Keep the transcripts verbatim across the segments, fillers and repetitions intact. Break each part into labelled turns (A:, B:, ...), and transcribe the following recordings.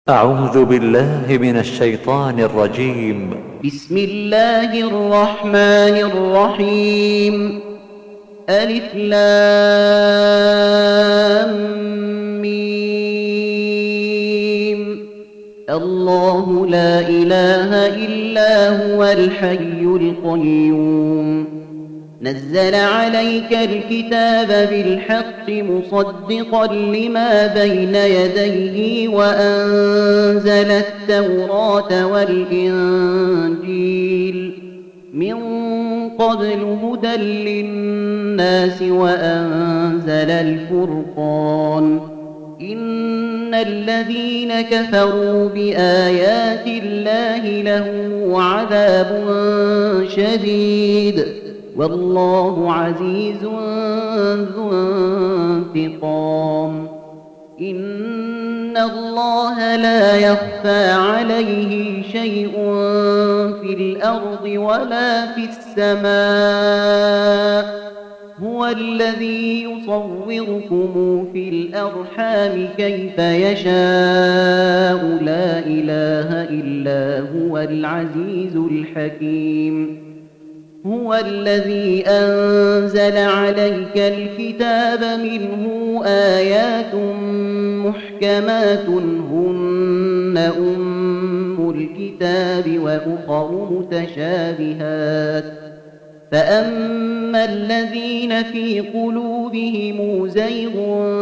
A: أعوذ بالله من الشيطان الرجيم.
B: بسم الله الرحمن الرحيم. ألف لام ميم. الله لا إله إلا هو الحي القيوم. نزل عليك الكتاب بالحق مصدقا لما بين يديه وأنزل التوراة والإنجيل من قبل هدى للناس وأنزل الفرقان. إن الذين كفروا بآيات الله لهم عذاب شديد والله عزيز ذو انتقام. إن الله لا يخفى عليه شيء في الأرض ولا في السماء. هو الذي يصوركم في الأرحام كيف يشاء. لا إله إلا هو العزيز الحكيم. هو الذي أنزل عليك الكتاب منه آيات محكمات هن أم الكتاب وأخر متشابهات. فأما الذين في قلوبهم زيغ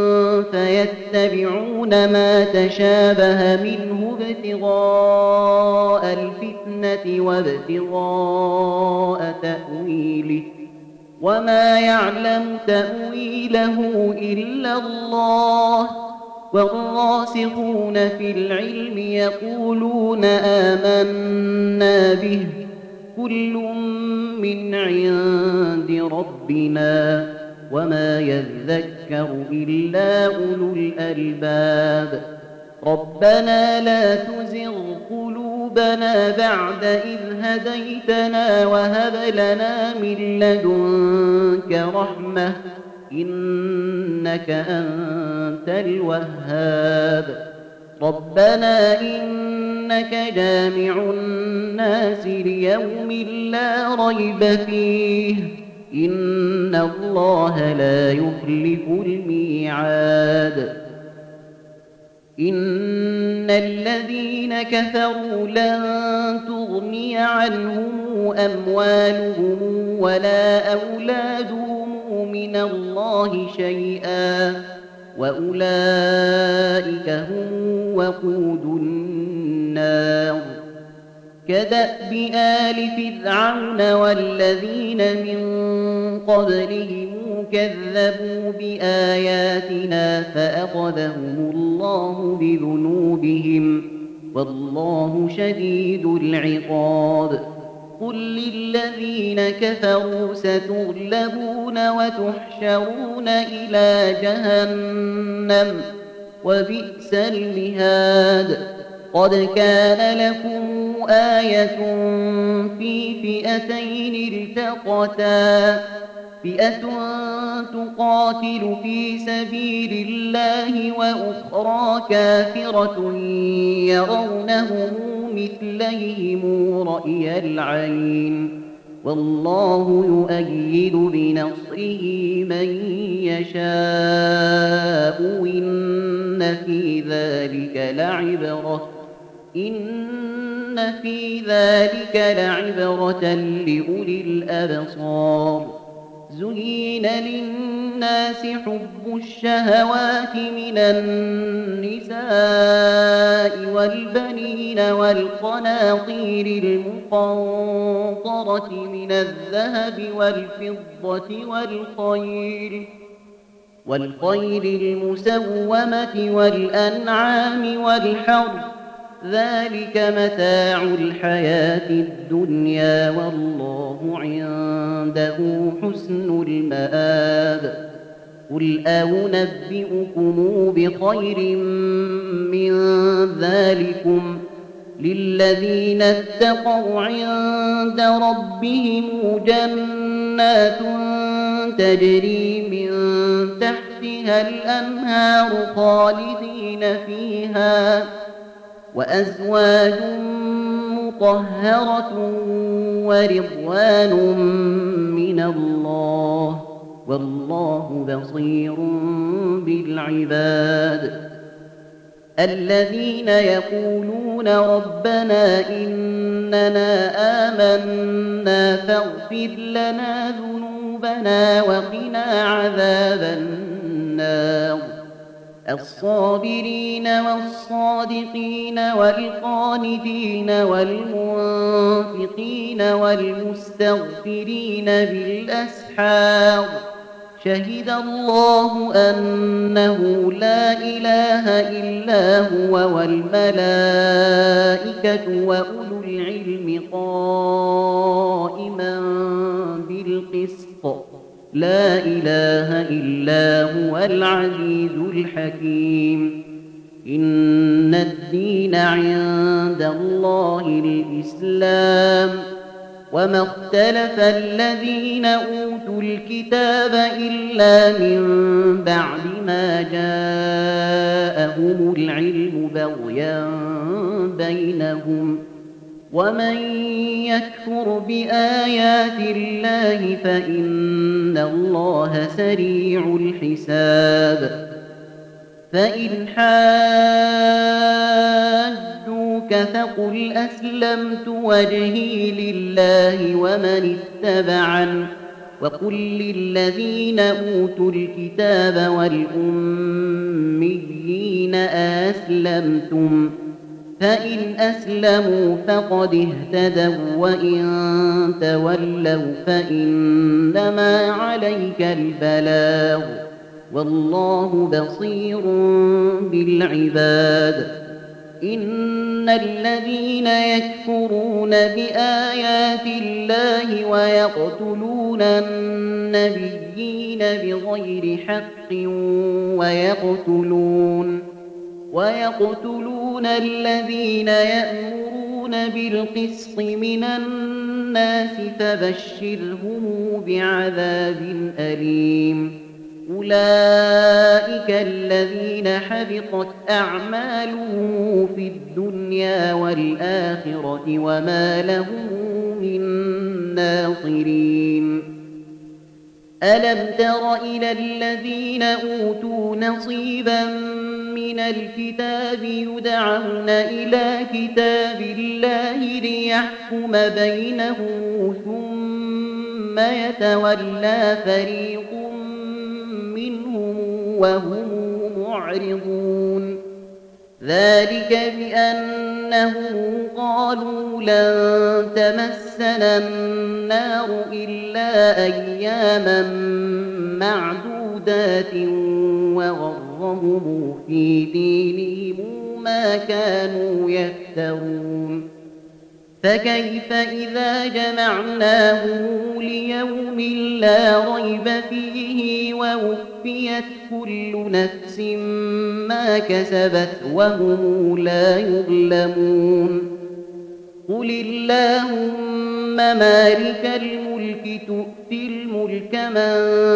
B: فيتبعون ما تشابه منه ابتغاء الفتنة وابتغاء تأويله وما يعلم تأويله إلا الله. والراسخون في العلم يقولون آمنا به كل من عند ربنا وما يذكر إلا أولو الألباب. ربنا لا تزغ قلوبنا بعد إذ هديتنا وهب لنا من لدنك رحمة إنك أنت الوهاب. ربنا إنك جامع الناس ليوم لا ريب فيه إن الله لا يخلف الميعاد. إن الذين كفروا لن تغني عنهم أموالهم ولا أولادهم من الله شيئا وأولئك هم وقود النار. كدأب آل فرعون والذين من قبلهم كذبوا بآياتنا فأخذهم الله بذنوبهم والله شديد العقاب. قل للذين كفروا ستغلبون وتحشرون إلى جهنم وبئس المهاد. قد كان لكم آية في فئتين التقتا فئة تقاتل في سبيل الله وأخرى كافرة يرونهم مثليهم رأي العين والله يؤيد بنصره من يشاء. إن في ذلك لعبرة إن في ذلك لعبرة لأولي الأبصار. زين للناس حب الشهوات من النساء والبنين والقناطير المقنطرة من الذهب والفضة والخيل والخيل المسومة والأنعام والحرث ذلك متاع الحياة الدنيا والله عنده حسن المآب. قل أنبئكم بخير من ذلكم للذين اتقوا عند ربهم جنات تجري من تحتها الأنهار خالدين فيها وأزواج مطهرة ورضوان من الله والله بصير بالعباد. الذين يقولون ربنا إننا آمنا فاغفر لنا ذنوبنا وقنا عذاب النار. الصابرين والصادقين والقانتين والمنفقين والمستغفرين بالأسحار. شهد الله أنه لا إله إلا هو والملائكة وأولو العلم قائما بالقسط لا إله إلا هو العزيز الحكيم. إن الدين عند الله الإسلام وما اختلف الذين أوتوا الكتاب إلا من بعد ما جاءهم العلم بغيا بينهم. ومن يكفر بآيات الله فإن الله سريع الحساب. فإن حاجوك فقل أسلمت وجهي لله ومن اتبعن وقل للذين أوتوا الكتاب والأميين أسلمتم فإن أسلموا فقد اهتدوا وإن تولوا فإنما عليك البلاغ والله بصير بالعباد. إن الذين يكفرون بآيات الله ويقتلون النبيين بغير حق ويقتلون ويقتلون الذين يأمرون بالقسط من الناس فبشرهم بعذاب أليم. أولئك الذين حبطت أعمالهم في الدنيا والآخرة وما لهم من ناصرين. ألم تر إلى الذين أوتوا نصيبا من الكتاب يدعون إلى كتاب الله ليحكم بينهم ثم يتولى فريق منهم وهم معرضون. ذلك بأنهم قالوا لن تمسنا النار إلا أياما معدودات وغرهم في دينهم ما كانوا يفترون. فكيف إذا جمعناهم ليوم لا ريب فيه ووفيت كل نفس ما كسبت وهم لا يظلمون. قل اللهم مالك الملك تؤتي الملك من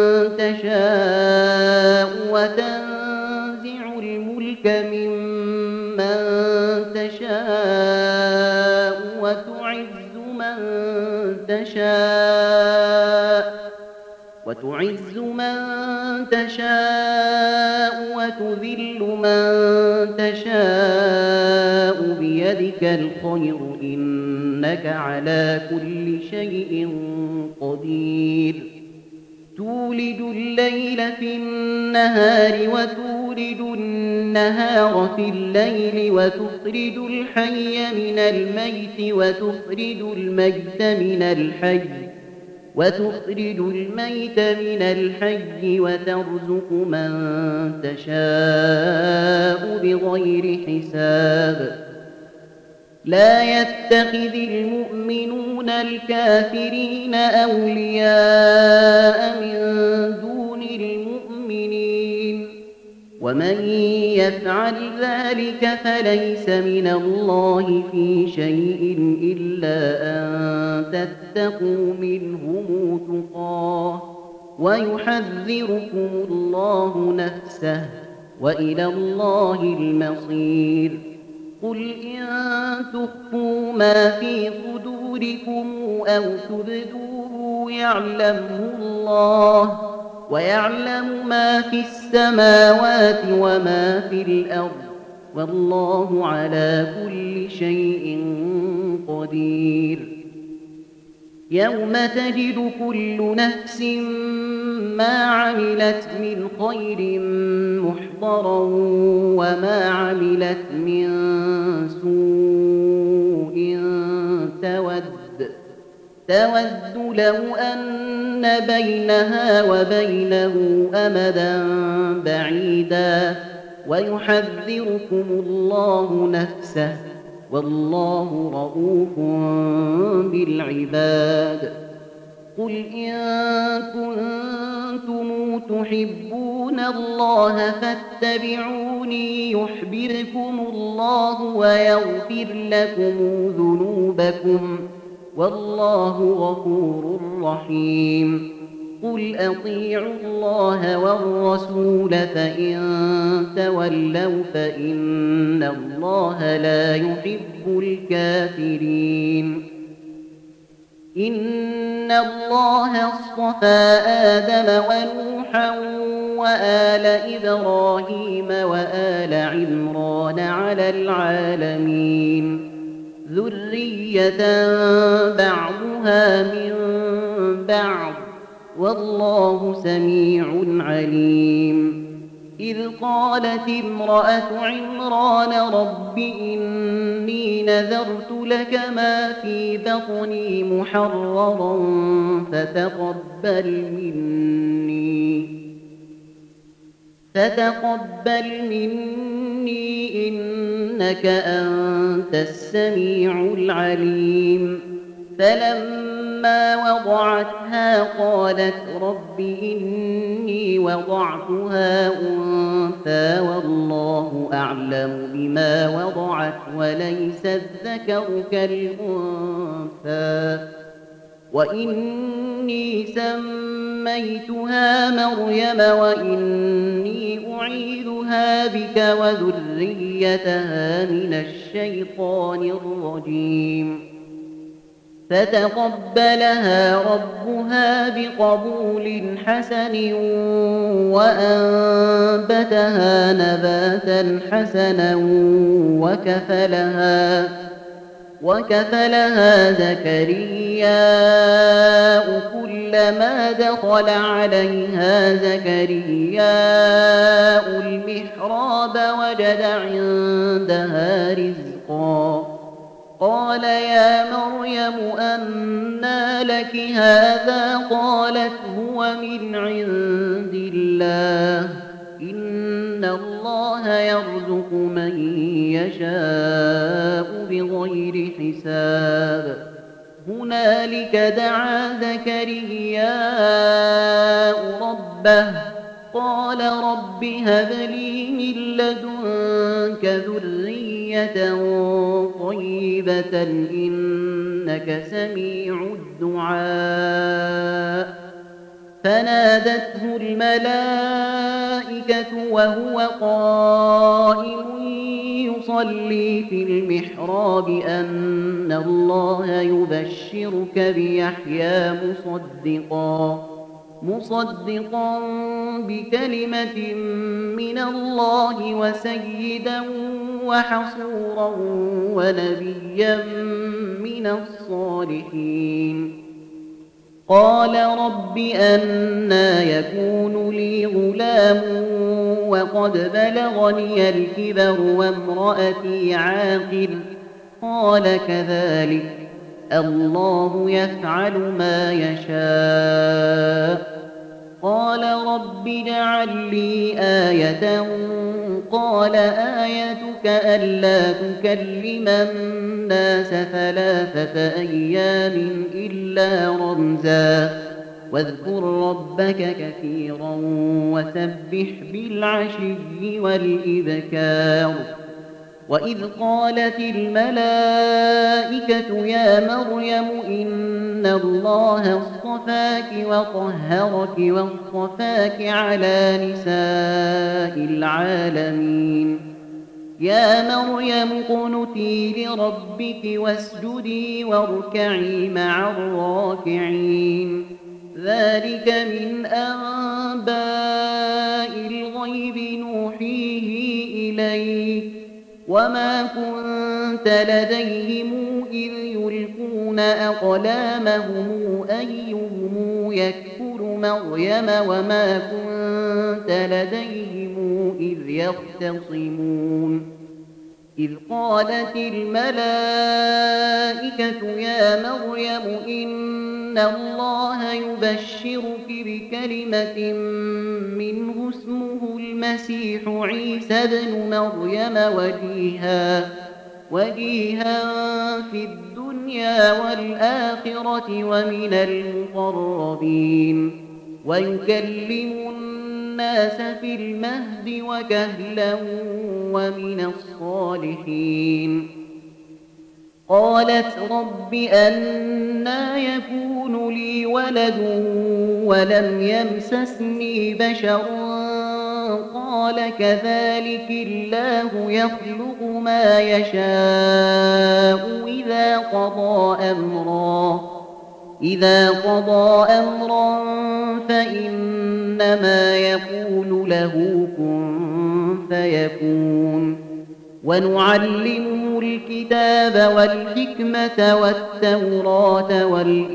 B: تشاء وتنزع الملك ممن تشاء وتعز من تشاء وتعز من تشاء وتذل من تشاء بيدك الخير إنك على كل شيء قدير. تولج الليل في النهار وتولج النهار في الليل وتخرج الحي من الميت وتخرج الميت من الحي وتخرج الميت من الحي وترزق من تشاء بغير حساب. لا يتخذ المؤمنون الكافرين أولياء من دون المؤمنين ومن يفعل ذلك فليس من الله في شيء إلا أن تتقوا منهم تقاه ويحذركم الله نفسه وإلى الله المصير. قل إن تخفوا ما في صدوركم أو تبدوه يعلمه الله، ويعلم ما في السماوات وما في الأرض، والله على كل شيء قدير. يوم تجد كل نفس ما عملت من خير محضرا وما عملت من سوء تود تود لو أن بينها وبينه أمدا بعيدا، ويحذركم الله نفسه، والله رءوف بالعباد. قل إن كنتم تحبون الله فاتبعوني يحببكم الله ويغفر لكم ذنوبكم، والله غفور رحيم. قل أطيعوا الله والرسول فإن تولوا فإن الله لا يحب الكافرين. إن الله اصطفى آدم ونوحا وآل إبراهيم وآل عمران على العالمين ذرية بعضها من بعض، والله سميع عليم. إذ قالت امرأة عمران رب إني نذرت لك ما في بطني محررا فتقبل مني فتقبل مني إنك أنت السميع العليم. فلما وضعتها قالت رب إني وضعتها أنثى والله أعلم بما وضعت وليس الذكر كالأنثى، وإني سميتها مريم وإني أعيذها بك وذريتها من الشيطان الرجيم. فتقبلها ربها بقبول حسن وأنبتها نباتا حسنا وكفلها وكفلها زكرياء كلما دخل عليها زكرياء المحراب وجد عندها رزقا. قال يا مريم أنى لك هذا؟ قالت هو من عند الله، إن الله يرزق من يشاء بغير حساب. هنالك دعا زكرياء ربه قال رب هب لي من لدنك ذرية طيبة إنك سميع الدعاء. فنادته الملائكة وهو قائم يصلي في المحراب أن الله يبشرك بيحيى مصدقا مصدقا بكلمة من الله وسيدا وحصورا ونبيا من الصالحين. قال رب أنى يكون لي غلام وقد بلغني الكبر وامرأتي عاقر؟ قال كذلك الله يفعل ما يشاء. قال رب اجعل لي آية. قال آيتك ألا تكلم الناس ثلاثة أيام إلا رمزا واذكر ربك كثيرا وسبح بالعشي والإبكار. وإذ قالت الملائكة يا مريم إن الله اصطفاك وطهرك واصطفاك على نساء العالمين يا مريم اقنتي لربك واسجدي واركعي مع الراكعين ذلك من أنباء الغيب نوحيه إليك وما كنت لديهم إذ يلقون أقلامهم أيهم يكفر مريم وما كنت لديهم إذ يختصمون إذ قالت الملائكة يا مريم إن الله يبشرك بكلمة منه اسمه المسيح عيسى ابن مريم وجيها وجيها في الدنيا والآخرة ومن المقربين ويكلم الناس في المهد وكهلا ومن الصالحين قالت رب أنى يكون لي ولد ولم يمسسني بشر قال كذلك الله يخلق ما يشاء إذا قضى أمرا إذا قضى أمرا فإنما يقول له كن فيكون ونعلمه الكتاب والحكمة والتوراة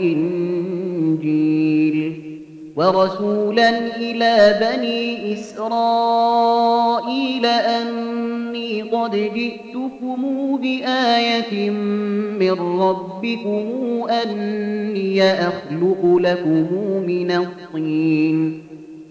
B: والإنجيل ورسولا إلى بني إسرائيل أني قد جئتكم بآية من ربكم أني أخلق لكم من الطين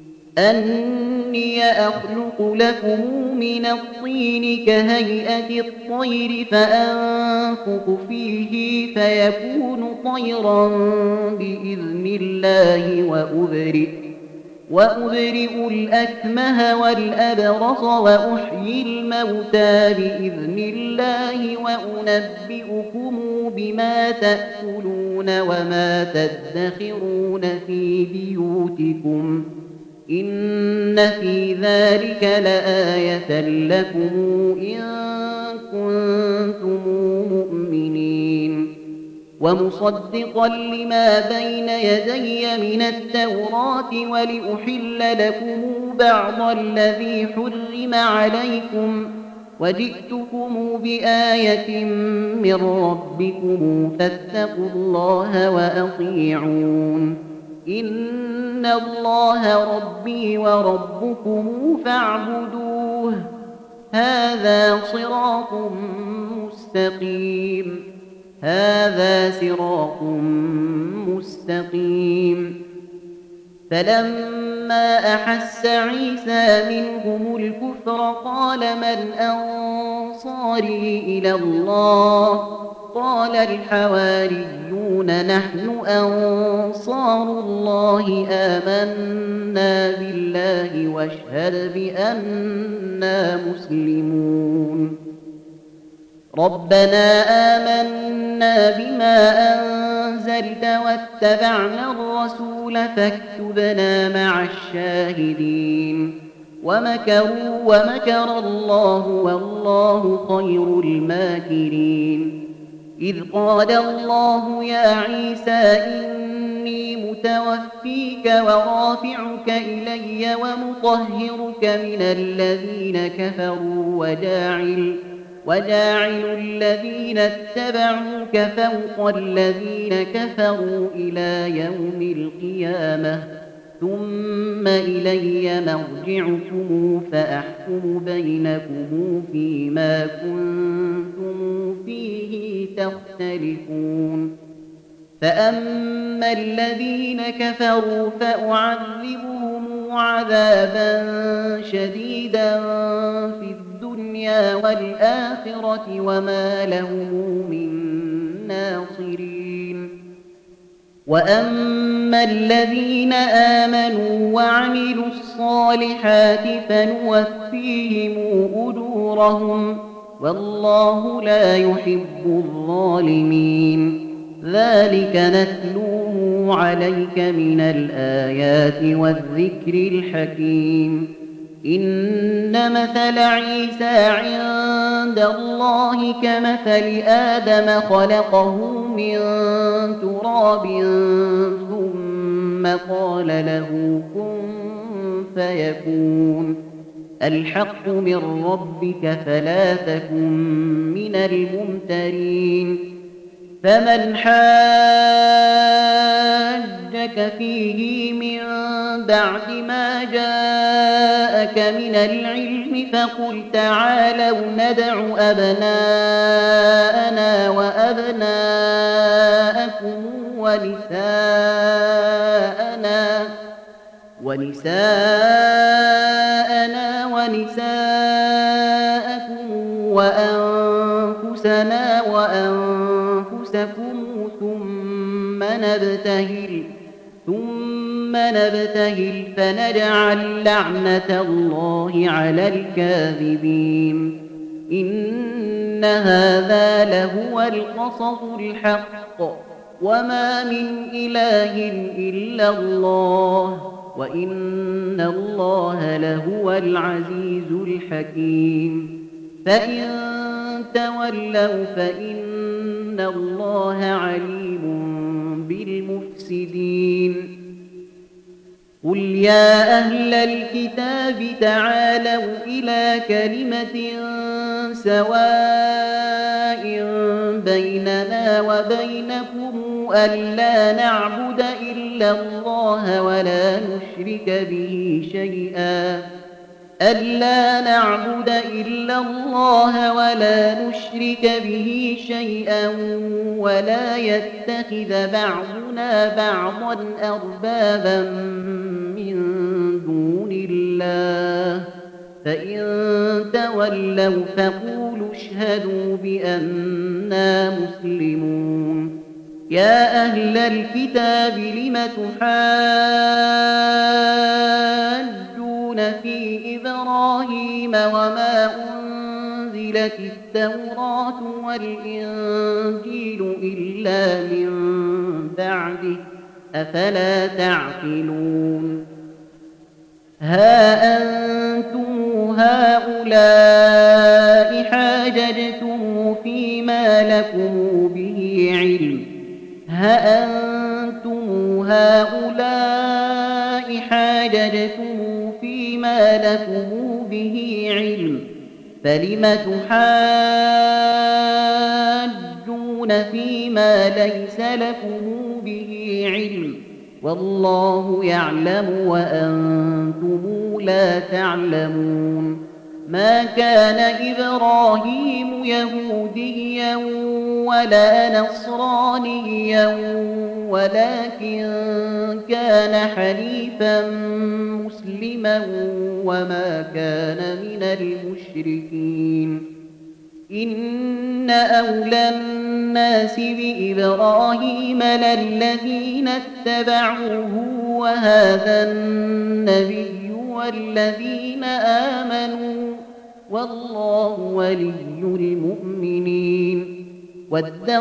B: أني أخلق لكم من الطين كهيئة الطير فأنفخ فيه فيكون طيرا بإذن الله وأبرئ وأبرئ الأكمه والأبرص وأحيي الموتى بإذن الله وأنبئكم بما تأكلون وما تدخرون في بيوتكم إن في ذلك لآية لكم إن كنتم مؤمنين ومصدقا لما بين يدي من التوراة ولأحل لكم بعض الذي حرم عليكم وجئتكم بآية من ربكم فاتقوا الله وأطيعون إن الله ربي وربكم فاعبدوه هذا صراط مستقيم هذا صراط مستقيم فلما أحس عيسى منهم الكفر قال من أنصاري إلى الله قال الحواريون نحن أنصار الله آمنا بالله واشهد بأننا مسلمون ربنا آمنا بما أنزلت واتبعنا الرسول فاكتبنا مع الشاهدين ومكروا ومكر الله والله خير الماكرين إذ قال الله يا عيسى إني متوفيك ورافعك إلي ومطهرك من الذين كفروا وجاعل وجاعل الذين اتبعوك فوق الذين كفروا إلى يوم القيامة ثم إلي مرجعكم فأحكم بينكم فيما كنتم فيه تختلفون فأما الذين كفروا فأعذبهم عذابا شديدا في الدنيا والآخرة وما لهم من ناصرين وأما الذين آمنوا وعملوا الصالحات فنوفيهم أجورهم والله لا يحب الظالمين ذلك نتلوه عليك من الآيات والذكر الحكيم إن مثل عيسى عند الله كمثل آدم خلقه من تراب ثم قال له كن فيكون الحق من ربك فلا تكن من الممترين فمن حاجك فيه من بعد ما جاءك من العلم فقل تعالوا ندع أبناءنا وأبناءكم ونساءنا ونساءنا ونساءكم وأنفسنا وأنفسكم ثم نبتهل ثم نبتهل فنجعل لعنة الله على الكاذبين إن هذا لهو القصص الحق وما من إله إلا الله وإن الله لهو العزيز الحكيم فإن تولوا فإن الله عليم بالمفسدين قل يا أهل الكتاب تعالوا إلى كلمة سواء بيننا وبينكم ألا نعبد إلا الله ولا نشرك به شيئا ألا نعبد إلا الله ولا نشرك به شيئا ولا يتخذ بعضنا بعضا أربابا من دون الله فإن تولوا فقولوا اشهدوا بأننا مسلمون يا أهل الكتاب لم تحاجون في إبراهيم وما أنزلت التوراة والإنجيل إلا من بعده أفلا تعقلون ها أنتم هؤلاء حاججتم فيما لكم به علم ها أنتم هؤلاء حاججتم فيما لكم به علم فلم تحاجون فيما ليس لكم به علم والله يعلم وأنتم لا تعلمون ما كان إبراهيم يهوديا ولا نصرانيا ولكن كان حنيفا مسلما وما كان من المشركين إن أولى الناس بإبراهيم للذين اتبعوه وهذا النبي والذين آمنوا والله ولي المؤمنين ودت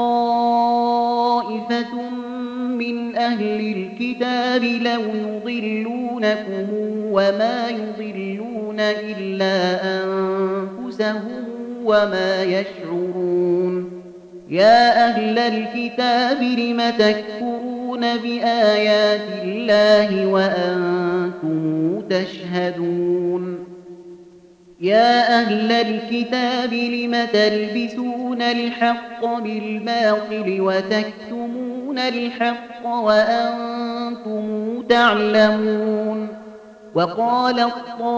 B: طائفة من أهل الكتاب لو يضلونكم وما يضلون إلا أنفسهم وما يشعرون يا أهل الكتاب لم تكفرون بآيات الله وأنتم تشهدون يا أهل الكتاب لم تلبسون الحق بالباطل وتكتمون الحق وأنتم تعلمون وقالت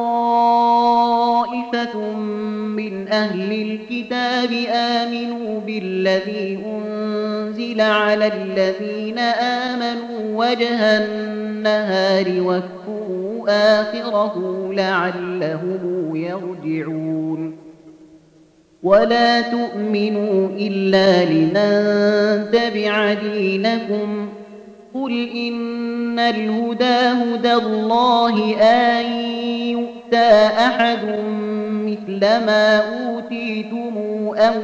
B: طائفة من أهل الكتاب آمنوا بالذي أنزل على الذين آمنوا وجه النهار واكفروا آخره لعلهم يرجعون ولا تؤمنوا إلا لمن تبع دينكم قل إن الهدى هدى الله أن يؤتى أحد مثل ما أوتيتم أو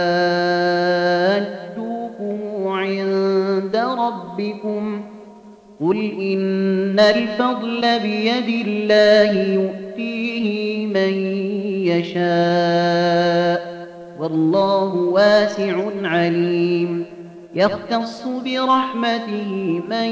B: يحاجوكم عند ربكم قل إن الفضل بيد الله يؤتيه من يشاء والله واسع عليم يختص برحمته من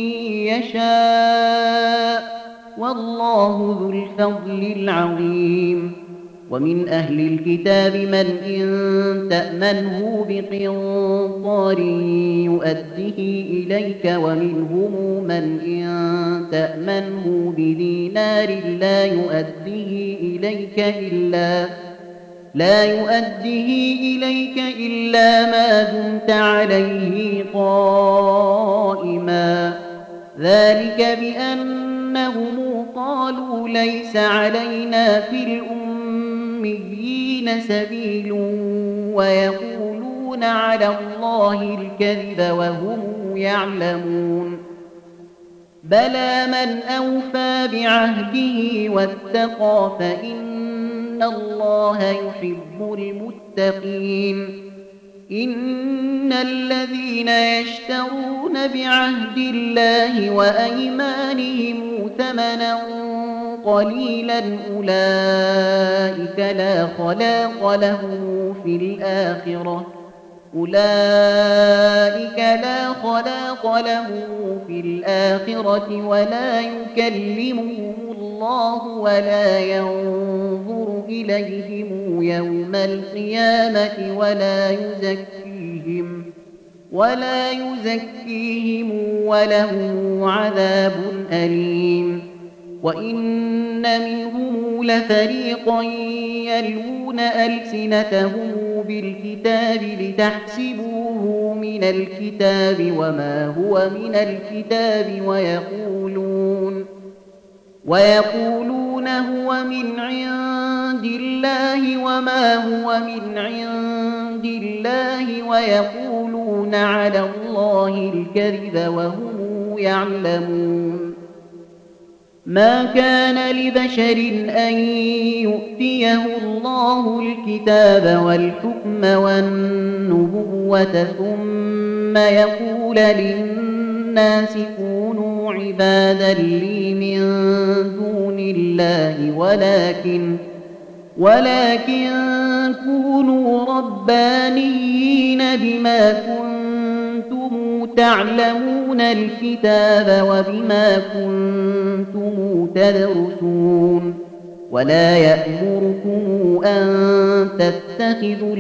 B: يشاء والله ذو الفضل العظيم ومن أهل الكتاب من إن تأمنه بقنطار يؤده إليك ومنهم من إن تأمنه بدينار لا يؤده إليك إلا لا يؤده إليك إلا ما دمت عليه قائما ذلك بأنهم قالوا ليس علينا في الأميين سبيل ويقولون على الله الكذب وهم يعلمون بلى من أوفى بعهده واتقى فإن الله يحب المتقين إن الذين يشترون بعهد الله وأيمانهم ثمنا قليلا أولئك لا خلاق لهم في الآخرة أولئك لا خلاق لهم في الآخرة ولا يكلمهم الله ولا ينظر إليهم يوم القيامة ولا يزكيهم ولا يزكيهم ولهم عذاب أليم وإن منهم لفريقا يلوون ألسنتهم بالكتاب لتحسبوه من الكتاب وما هو من الكتاب ويقولون ويقولون هو من عند الله وما هو من عند الله ويقولون على الله الكذب وهم يعلمون ما كان لبشر أن يؤتيه الله الكتاب والحكم والنبوة ثم يقول للناس كونوا عبادا لي من دون الله ولكن ولكن كونوا ربانيين بما كنتم تعلمون الكتاب وبما كنتم تدرسون ولا يأمركم أن تتخذوا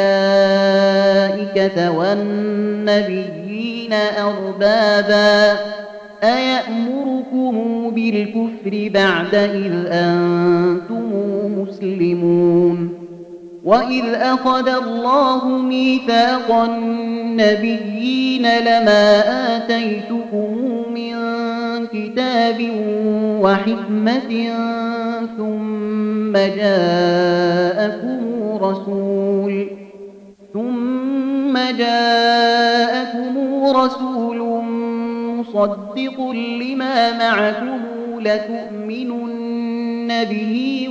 B: الملائكة والنبيين أربابا أيأمركم بالكفر بعد إذ أنتم مسلمون وإذ أخذ الله ميثاق النبيين لما آتيتكم من كتاب وحكمة ثم جاءكم رسول ثم جاءكم رسول مصدق لما معكم لتؤمنن به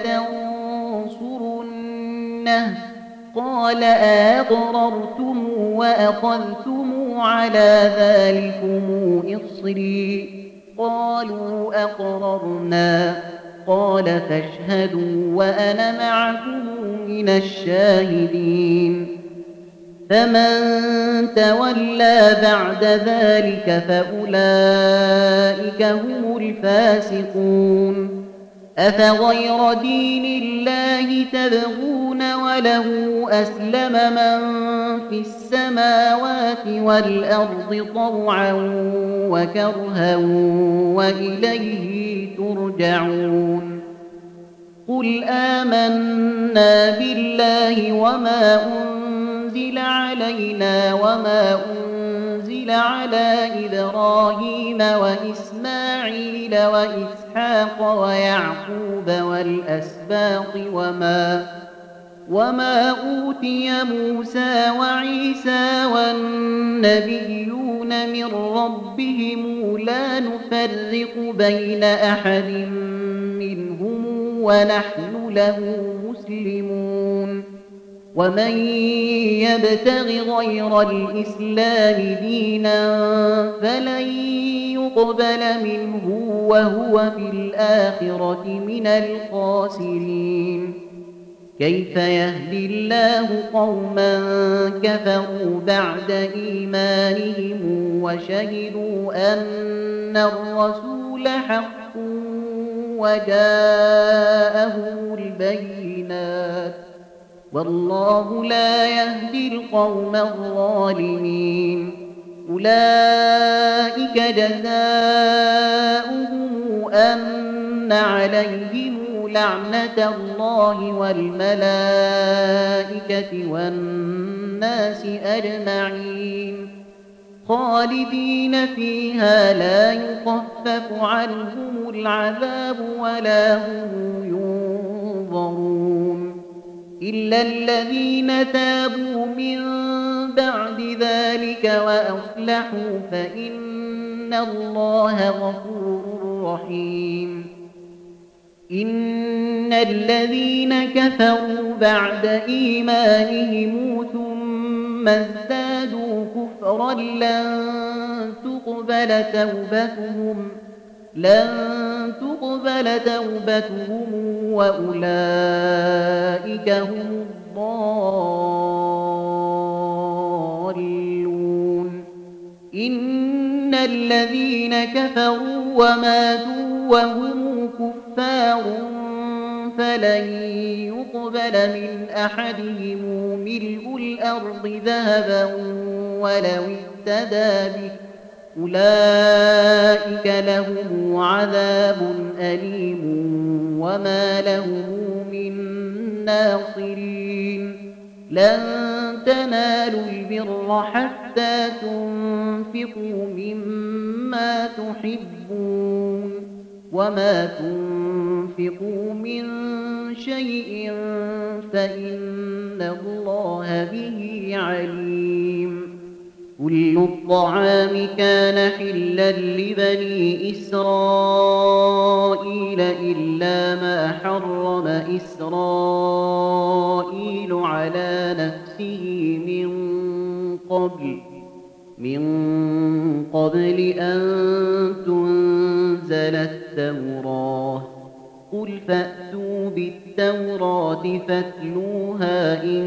B: ولتنصرنه قال أقررتم وأخذتم على ذلكم إصري قالوا أقررنا قال فاشهدوا وأنا معكم من الشاهدين فمن تولى بعد ذلك فأولئك هم الفاسقون أفغير دين الله تبغون وله أسلم من في السماوات والأرض طوعا وكرها وإليه ترجعون قل آمنا بالله وما أنزل علينا وما أنزل على إبراهيم وإسماعيل وإسحاق ويعقوب والأسباط وما وما أوتي موسى وعيسى والنبيون من ربهم لا نفرق بين أحد منهم ونحن له مسلمون ومن يبتغ غير الإسلام دينا فلن يقبل منه وهو في الآخرة من الخاسرين. كيف يهدي الله قوما كفروا بعد إيمانهم وشهدوا أن الرسول حق وجاءهم البينات والله لا يهدي القوم الظالمين. أولئك جزاؤهم أن عليهم لعنة الله والملائكة والناس أجمعين خالدين فيها لا يخفف عنهم العذاب ولا هم ينظرون إلا الذين تابوا من بعد ذلك وأصلحوا فإن الله غفور رحيم. إن الذين كفروا بعد إيمانهم ثم ازدادوا كفرا لن تقبل توبتهم لن تقبل توبتهم وأولئك هم الضالون. إن الذين كفروا وماتوا وهم كفار فلن يقبل من أحدهم ملء الأرض ذهبا ولو افتدى به أولئك لهم عذاب أليم وما لهم من ناصرين. لن تنالوا البر حتى تنفقوا مما تحبون وما تنفقوا من شيء فإن الله به عليم. كل الطعام كان حلا لبني إسرائيل إلا ما حرم إسرائيل على نفسه من قبل من قبل أن تنزل التوراة. قل فأتوا بالتوراة فاتلوها إن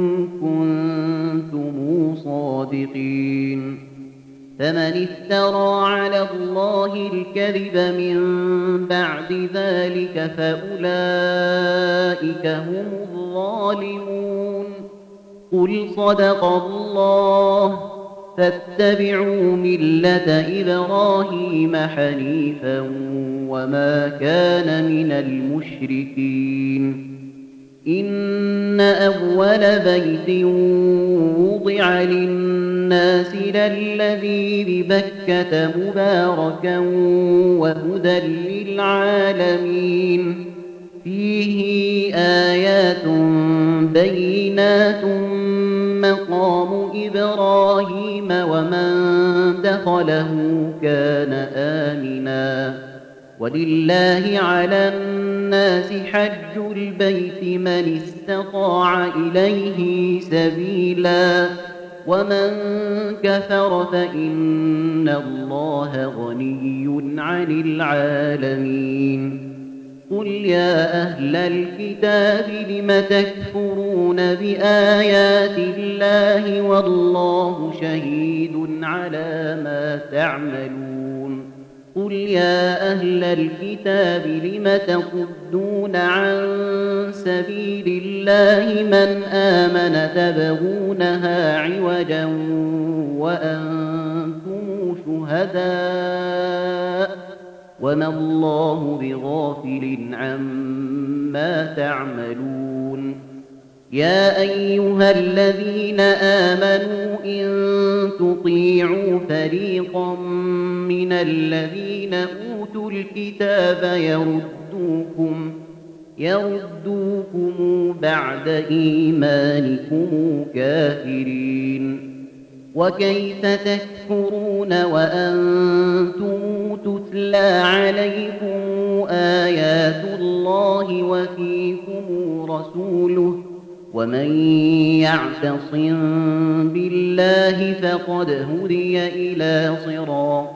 B: كنتم صادقين. فمن افترى على الله الكذب من بعد ذلك فأولئك هم الظالمون. قل صدق الله فاتبعوا ملة إبراهيم حنيفا وما كان من المشركين. إن أول بيت وضع للناس للذي ببكة مباركا وهدى للعالمين فيه آيات بينات مقام إبراهيم ومن دخله كان آمنا ولله على الناس حج البيت من استطاع إليه سبيلا ومن كفر فإن الله غني عن العالمين. قل يا أهل الكتاب لم تكفرون بآيات الله والله شهيد على ما تعملون. قل يا أهل الكتاب لم تصدون عن سبيل الله من آمن تبغونها عوجا وأنتم شهداء وما الله بغافل عما تعملون. يا أيها الذين آمنوا إن تطيعوا فريقا من الذين أوتوا الكتاب يردوكم يردوكم بعد إيمانكم كافرين. وكيف تكفرون وأنتم تتلى عليكم آيات الله وفيكم رسوله ومن يعتصم بالله فقد هدي إلى صراط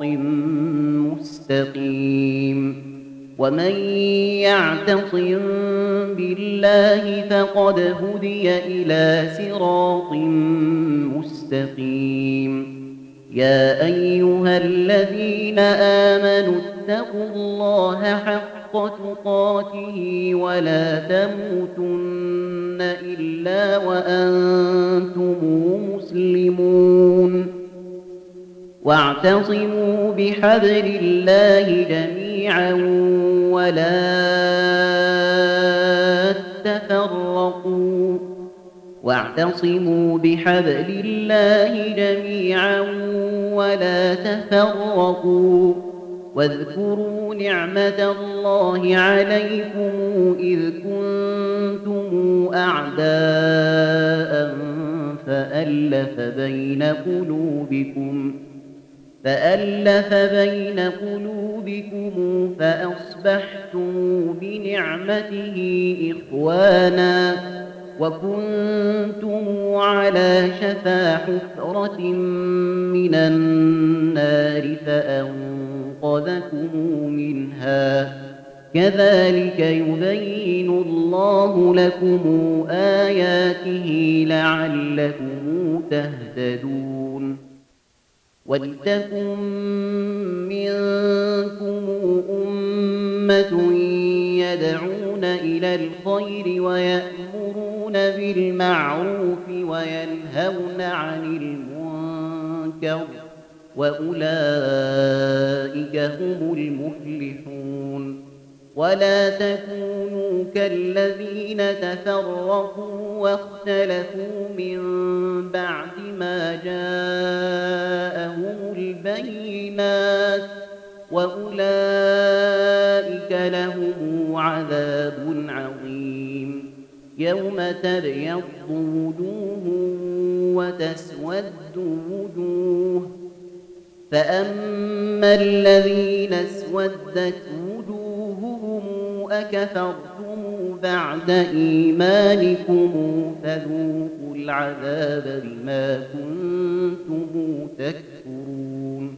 B: مستقيم ومن يعتصم بالله فقد هدي إلى صراط مستقيم يا أيها الذين آمنوا اتقوا الله حق تقاته ولا تموتن إلا وأنتم مسلمون واعتصموا بحبل الله جميعا ولا تفرقوا واعتصموا بحبل الله جميعا ولا تفرقوا واذكروا نعمة الله عليكم إذ كنتم أعداء فألف بين قلوبكم فألف بين قلوبكم فأصبحتم بنعمته إخوانا وكنتم على شفا حفرة من النار فأنقذكم منها كذلك يبين الله لكم آياته لعلكم تهتدون ولتكن منكم أمة يدعون إلى الخير ويأمرون بالمعروف وينهون عن المنكر وأولئك هم المفلحون ولا تكونوا كالذين تفرقوا واختلفوا من بعد ما جاءهم البينات وأولئك لهم عذاب عظيم يوم تبيض وجوه وتسود وجوه فأما الذين اسودت وجوههم أكفرتم بعد إيمانكم فذوقوا العذاب بما كنتم تكفرون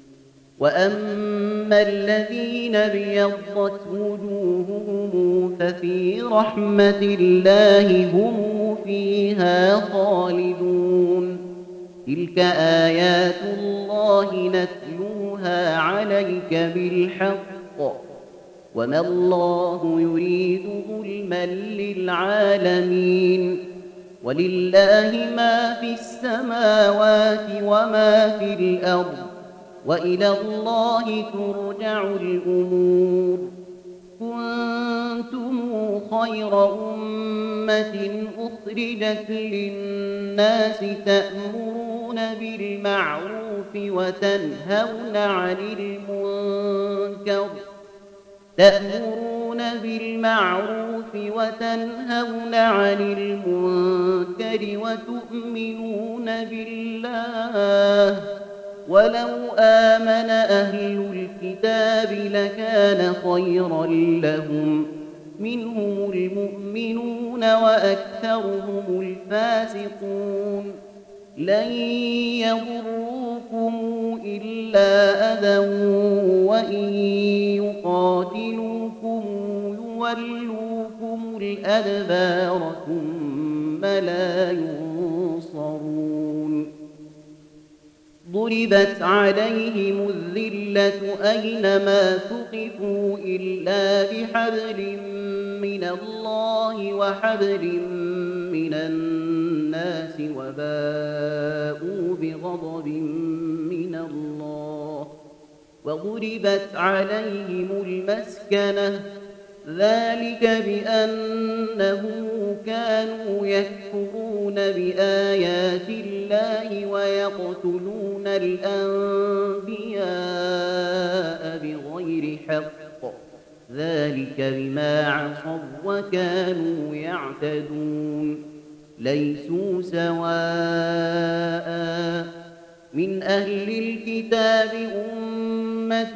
B: وأما الذين ابيضت وجوههم ففي رحمة الله هم فيها خالدون تلك آيات الله نتلوها عليك بالحق وما الله يريد ظلما للعالمين ولله ما في السماوات وما في الأرض وإلى الله ترجع الأمور كنتم خير أمة أخرجت للناس تأمرون بالمعروف وتنهون عن المنكر تأمرون بالمعروف وتنهون عن المنكر وتؤمنون بالله ولو آمن أهل الكتاب لكان خيرا لهم منهم المؤمنون وأكثرهم الفاسقون لن يضروكم إلا أذى وإن يقاتلوكم يولوكم الأدبار ثم لا ينصرون ضربت عليهم الذلة أينما ثقفوا إلا بحبل من الله وحبل من الناس وباءوا بغضب من الله وضربت عليهم المسكنة ذلك بأنهم كانوا يكفرون بآيات الله ويقتلون الأنبياء بغير حق ذلك بما عصوا وكانوا يعتدون ليسوا سواء من أهل الكتاب أمة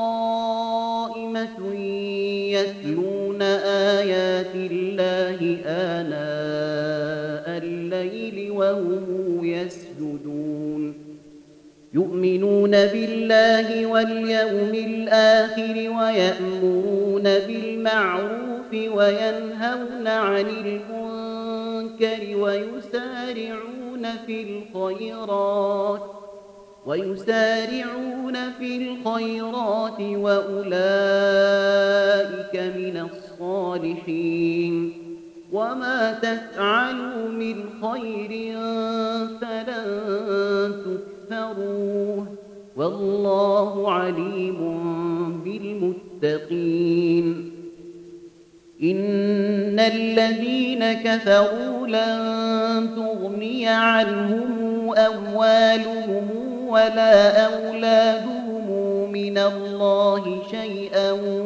B: قائمة يتلون آيات الله الليل وهم يسجدون يؤمنون بالله واليوم الآخر ويأمرون بالمعروف وينهون عن المنكر ويسارعون في الخيرات ويسارعون في الخيرات وأولئك من الصالحين وما تفعلوا من خير فلن تكفروه والله عليم بالمتقين إن الذين كفروا لن تغني عنهم أموالهم ولا أولادهم من الله شيئا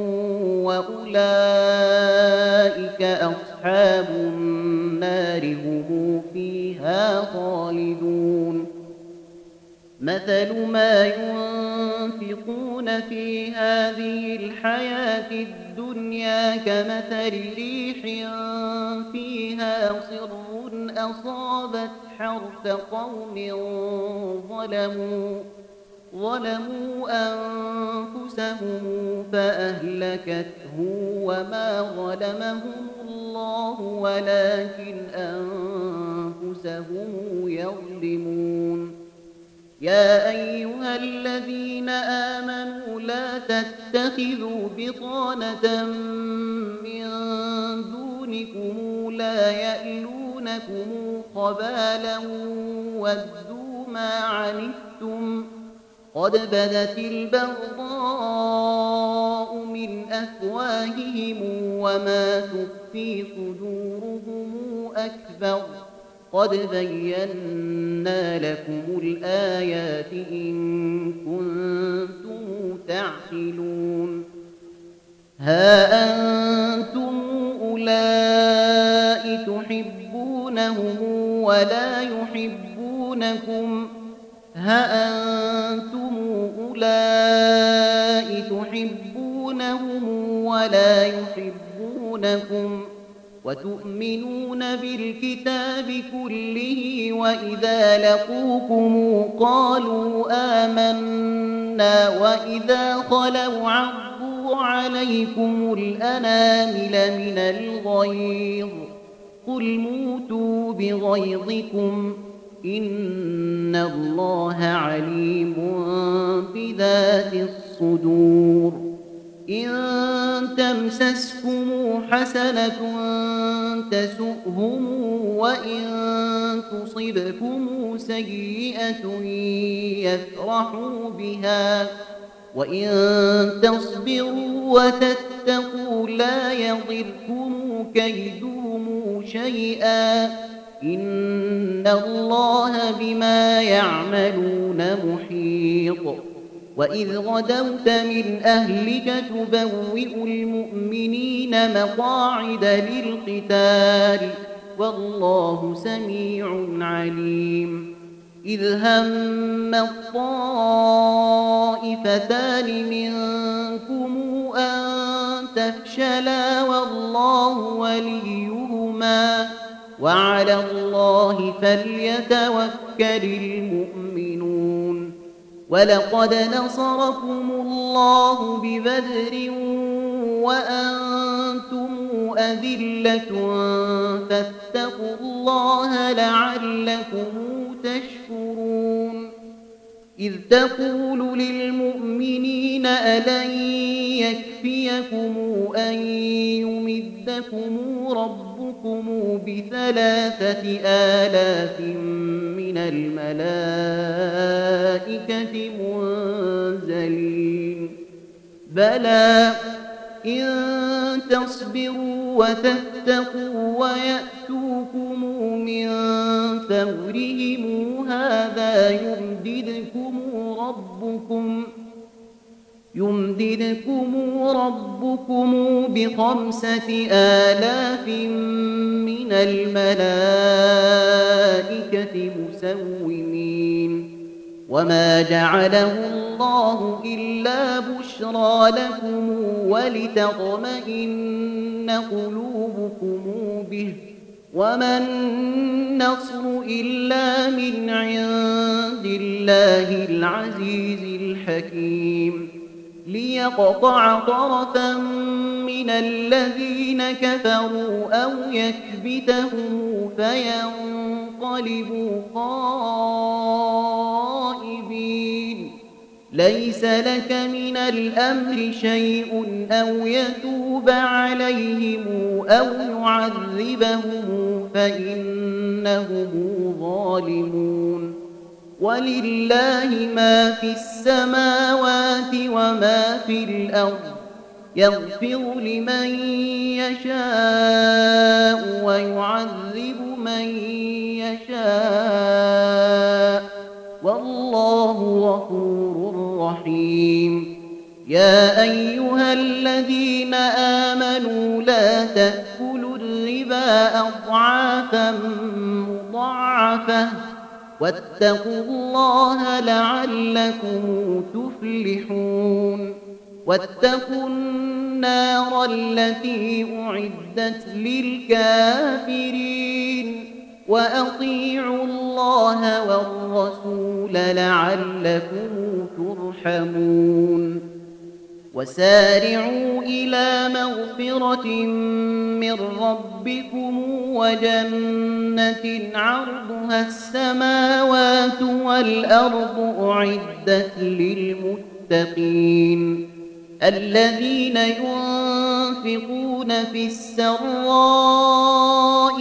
B: وأولئك أصحاب النار هم فيها خالدون مثل ما ينفقون في هذه الحياة الدنيا كمثل ريح فيها صر أصابت حرث قوم ظلموا ظلموا أنفسهم فأهلكته وما ظلمهم الله ولكن أنفسهم يظلمون يا أيها الذين آمنوا لا تتخذوا بطانة من دونكم لا يألونكم خبالا ودوا ما عنتم قد بدت البغضاء من أفواههم وما تخفي صدورهم أكبر قد بينا لكم الآيات إن كنتم تعقلون ها أنتم أولئك تحبونهم ولا يحبونكم ها أنتم أولئك تحبونهم ولا يحبونكم وتؤمنون بالكتاب كله وإذا لقوكم قالوا آمنا وإذا خلوا عضوا عليكم الأنامل من الغيظ قل موتوا بغيظكم إن الله عليم بذات الصدور إن تمسسكم حسنة تسؤهم وإن تصبكم سيئة يفرحوا بها وإن تصبروا وتتقوا لا يضركم كيدهم شيئا إن الله بما يعملون محيط وإذ غدوت من أهلك تبوئ المؤمنين مقاعد للقتال والله سميع عليم إذ هم الطائفتان منكم أن تفشلا والله وليهما وعلى الله فليتوكل المؤمنون ولقد نصركم الله ببدر وأنتم أذلة فاتقوا الله لعلكم تشكرون إذ تقول للمؤمنين ألن يكفيكم أن يمدكم ربكم بثلاثة آلاف من الملائكة منزلين بلى إن تصبروا وتتقوا ويأتوكم من فورهم هذا يمددكم ربكم يمددكم ربكم بخمسة آلاف من الملائكة مسومين وما جعله الله إلا بشرى لكم ولتطمئن قلوبكم به وما النصر إلا من عند الله العزيز الحكيم ليقطع طرفا من الذين كفروا أو يكبتهم فينقلبوا خائبين ليس لك من الأمر شيء أو يتوب عليهم أو يعذبهم فإنهم ظالمون ولله ما في السماوات وما في الأرض يغفر لمن يشاء ويعذب من يشاء والله غفور رحيم يا أيها الذين آمنوا لا تأكلوا الربا أضعافا مضاعفة واتقوا الله لعلكم تفلحون واتقوا النار التي أعدت للكافرين وأطيعوا الله والرسول لعلكم ترحمون وسارعوا إلى مغفرة من ربكم وجنة عرضها السماوات والأرض أعدت للمتقين الذين ينفقون في السراء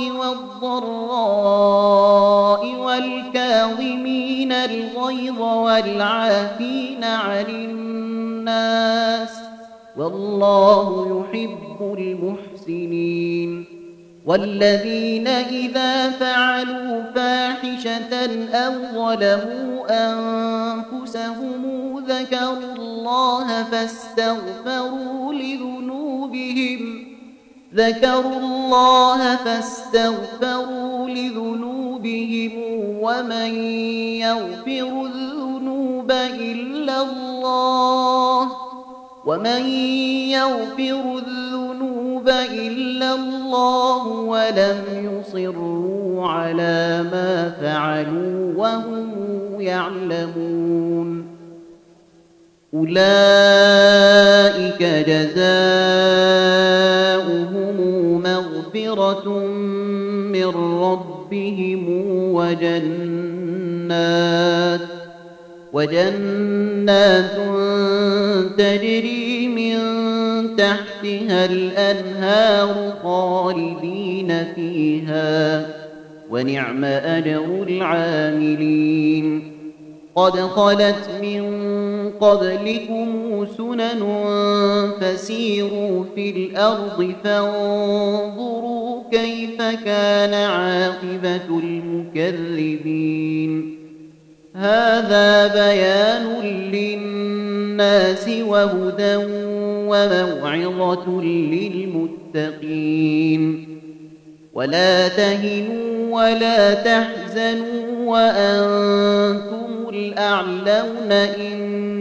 B: والضراء والكاظمين الغيظ والعافين عن الناس والله يحب المحسنين والذين إذا فعلوا فاحشة أو ظلموا أنفسهم ذكروا الله فاستغفروا لذنوبهم ذكروا الله فاستغفروا لذنوبهم ومن يغفر الذنوب إلا الله ومن يغفر الذنوب إلا الله ولم يصروا على ما فعلوا وهم يعلمون أولئك جزاؤهم مغفرة من ربهم وجنات وجنات تجري من تحتها الأنهار خالدين فيها ونعم أجر العاملين قد خلت من قبلكم سنن فسيروا في الأرض فانظروا كيف كان عاقبة المكذبين هذا بيان للناس وهدى وموعظة للمتقين ولا تهنوا ولا تحزنوا وأنتم الأعلون إن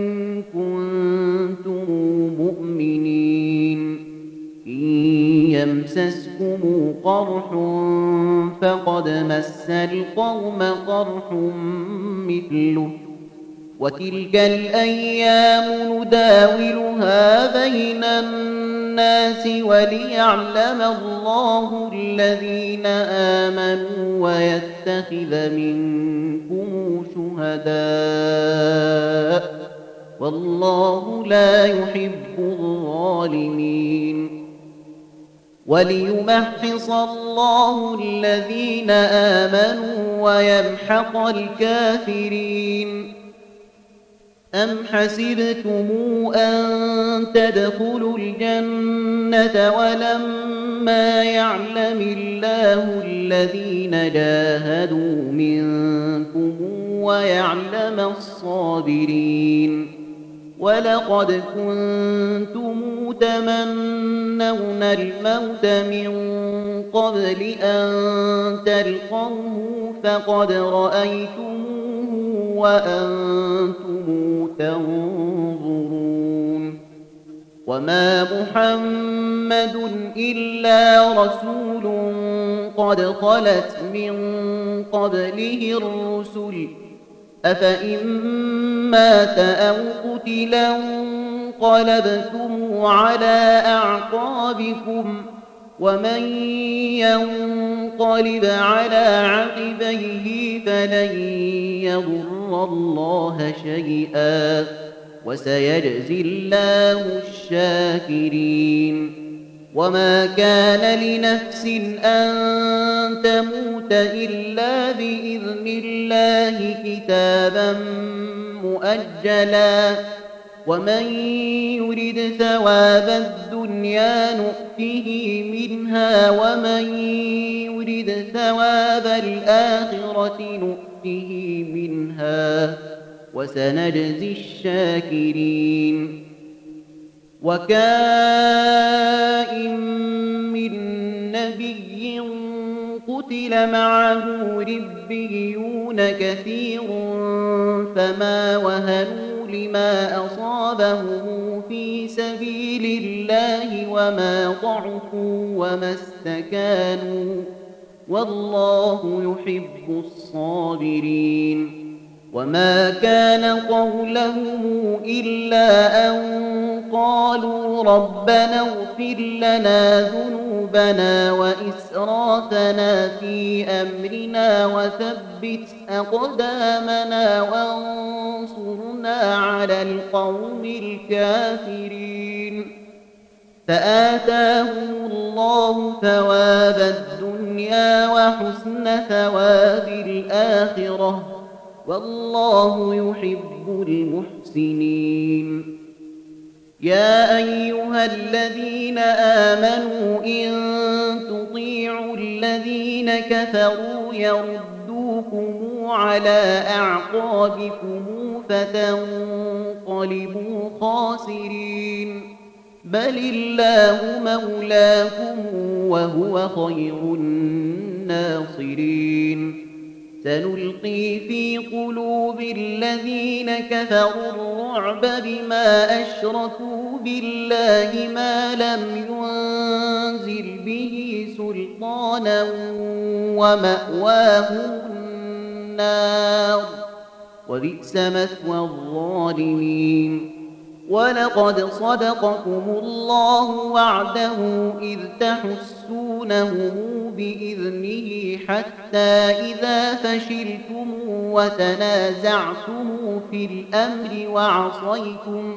B: كنتم مؤمنين إن يمسسكم قرح فقد مس القوم قرح مثله وتلك الأيام نداولها بين الناس وليعلم الله الذين آمنوا ويتخذ منكم شهداء والله لا يحب الظالمين وليمحص الله الذين آمنوا ويمحق الكافرين أم حسبتم أن تدخلوا الجنة ولما يعلم الله الذين جاهدوا منكم ويعلم الصابرين ولقد كنتم تمنون الموت من قبل أن تلقوه فقد رأيتموه وأنتم تنظرون وما محمد إلا رسول قد خلت من قبله الرسل أفإن مات أو قتلا انقلبتم على أعقابكم ومن ينقلب على عقبيه فلن يضر الله شيئا وسيجزي الله الشاكرين وما كان لنفس أن تموت إلا بإذن الله كتابا مؤجلا ومن يرد ثواب الدنيا نؤته منها ومن يرد ثواب الآخرة نؤته منها وسنجزي الشاكرين وكائن من نبي قتل معه ربيون كثير فما وهنوا لما أصابهم في سبيل الله وما ضعفوا وما استكانوا والله يحب الصابرين وما كان قولهم إلا أن قالوا ربنا اغفر لنا ذنوبنا وإسرافنا في أمرنا وثبت أقدامنا وانصرنا على القوم الكافرين فآتاهم الله ثواب الدنيا وحسن ثواب الآخرة والله يحب المحسنين يا أيها الذين آمنوا إن تطيعوا الذين كفروا يردوكم على أعقابكم فتنقلبوا خاسرين بل الله مولاكم وهو خير الناصرين سنلقي في قلوب الذين كفروا الرعب بما أشركوا بالله ما لم ينزل به سلطانا ومأواهم النار وبئس مثوى الظالمين ولقد صدقكم الله وعده إذ تحسونهم بإذنه حتى إذا فشلتم وتنازعتم في الأمر وعصيتم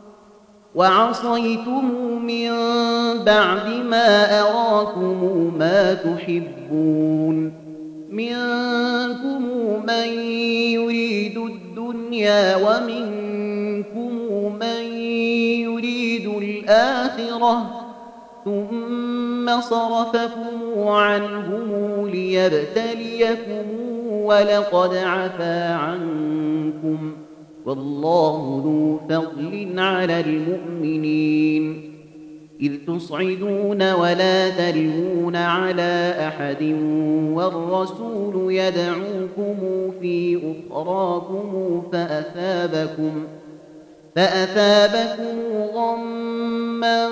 B: وعصيتم من بعد ما أراكم ما تحبون منكم من يريد الدنيا ومنكم من يريد الآخرة ثم صرفكم عنهم ليبتليكم ولقد عفا عنكم والله ذو فضل على المؤمنين إذ تصعدون ولا تلوون على أحد والرسول يدعوكم في أخراكم فأثابكم فأثابكم غما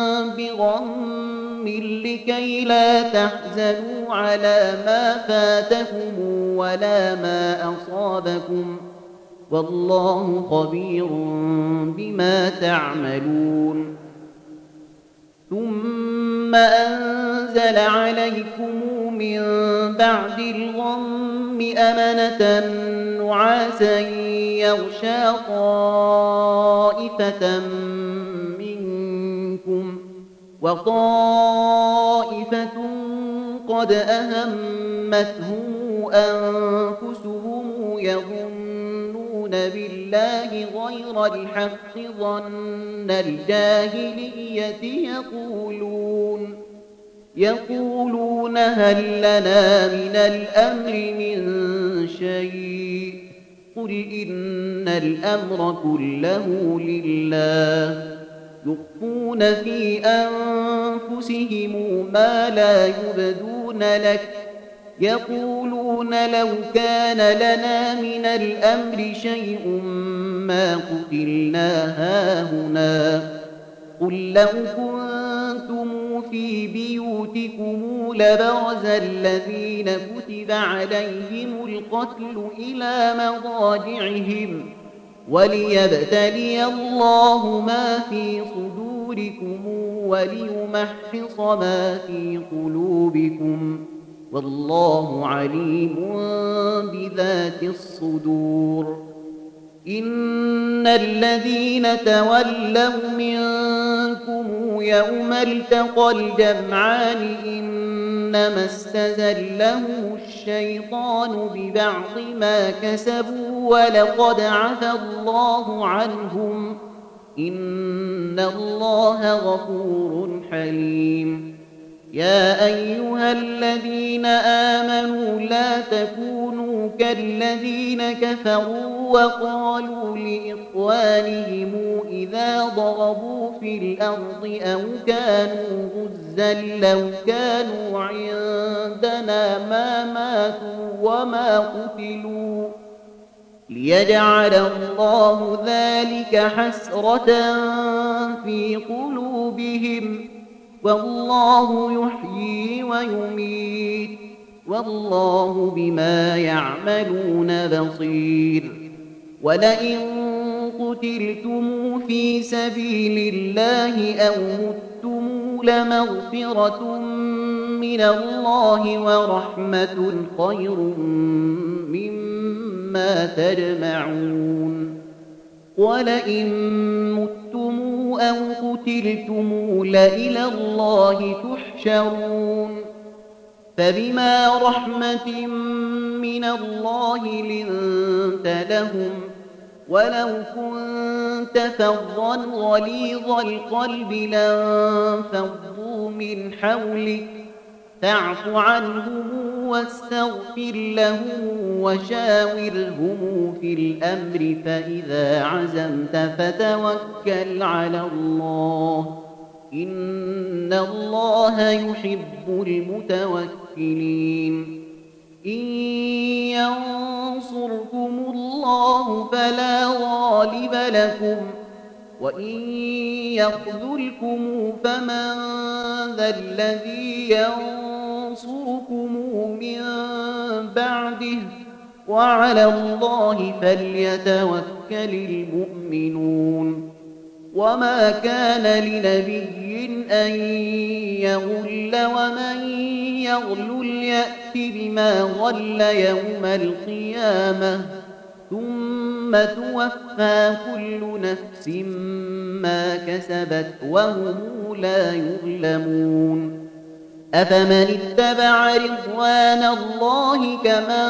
B: بغم لكي لا تحزنوا على ما فاتكم ولا ما أصابكم والله خبير بما تعملون ثم أنزل عليكم من بعد الغم أمنة نعاسا يغشى طائفة منكم وطائفة قد أهمتهم أنفسهم يظنون بالله غير الحق ظن الجاهلية يقولون يقولون هل لنا من الأمر من شيء قل إن الأمر كله لله يخفون في أنفسهم ما لا يبدون لك يقولون لو كان لنا من الأمر شيء ما قتلنا هاهنا قل لو كنتم في بيوتكم لبرز الذين كتب عليهم القتل إلى مضاجعهم وليبتلي الله ما في صدوركم وليمحص ما في قلوبكم والله عليم بذات الصدور. إن الذين تولوا منكم يوم التقى الجمعان إنما استزلهم الشيطان ببعض ما كسبوا ولقد عفى الله عنهم إن الله غفور حليم. يا أيها الذين آمنوا لا تكونوا كالذين كفروا وقالوا لإخوانهم إذا ضربوا في الأرض أو كانوا غزا لو كانوا عندنا ما ماتوا وما قتلوا ليجعل الله ذلك حسرة في قلوبهم والله يحيي ويميت والله بما يعملون بصير. ولئن قتلتم في سبيل الله أو متم لمغفرة من الله ورحمة خير مما تجمعون. ولئن متم أو قتلتم لإلى الله تحشرون. فبما رحمة من الله لنت لهم ولو كنت فظا غليظ القلب لانفضوا من حولك فاعف عنهم واستغفر لهم وشاورهم في الأمر فإذا عزمت فتوكل على الله إن الله يحب المتوكلين. إن ينصركم الله فلا غالب لكم وإن يخذلكم فمن ذا الذي ينصركم من بعده وعلى الله فليتوكل المؤمنون. وما كان لنبي أن يغل ومن يغل يأت بما غل يوم القيامة ثم توفى كل نفس ما كسبت وهم لا يظلمون. أفمن اتبع رضوان الله كمن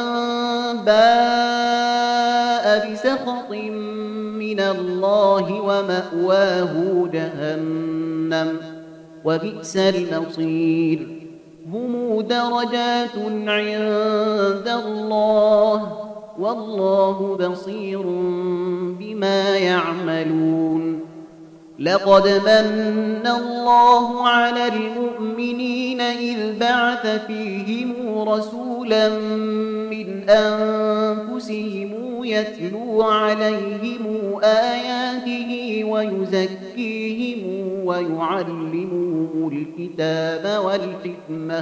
B: باء بسخط من الله ومأواه جهنم وبئس المصير. هم درجات عند الله والله بصير بما يعملون. لقد من الله على المؤمنين إذ بعث فيهم رسولا من أنفسهم يتلو عليهم آياته ويزكيهم ويعلمهم الكتاب والحكمة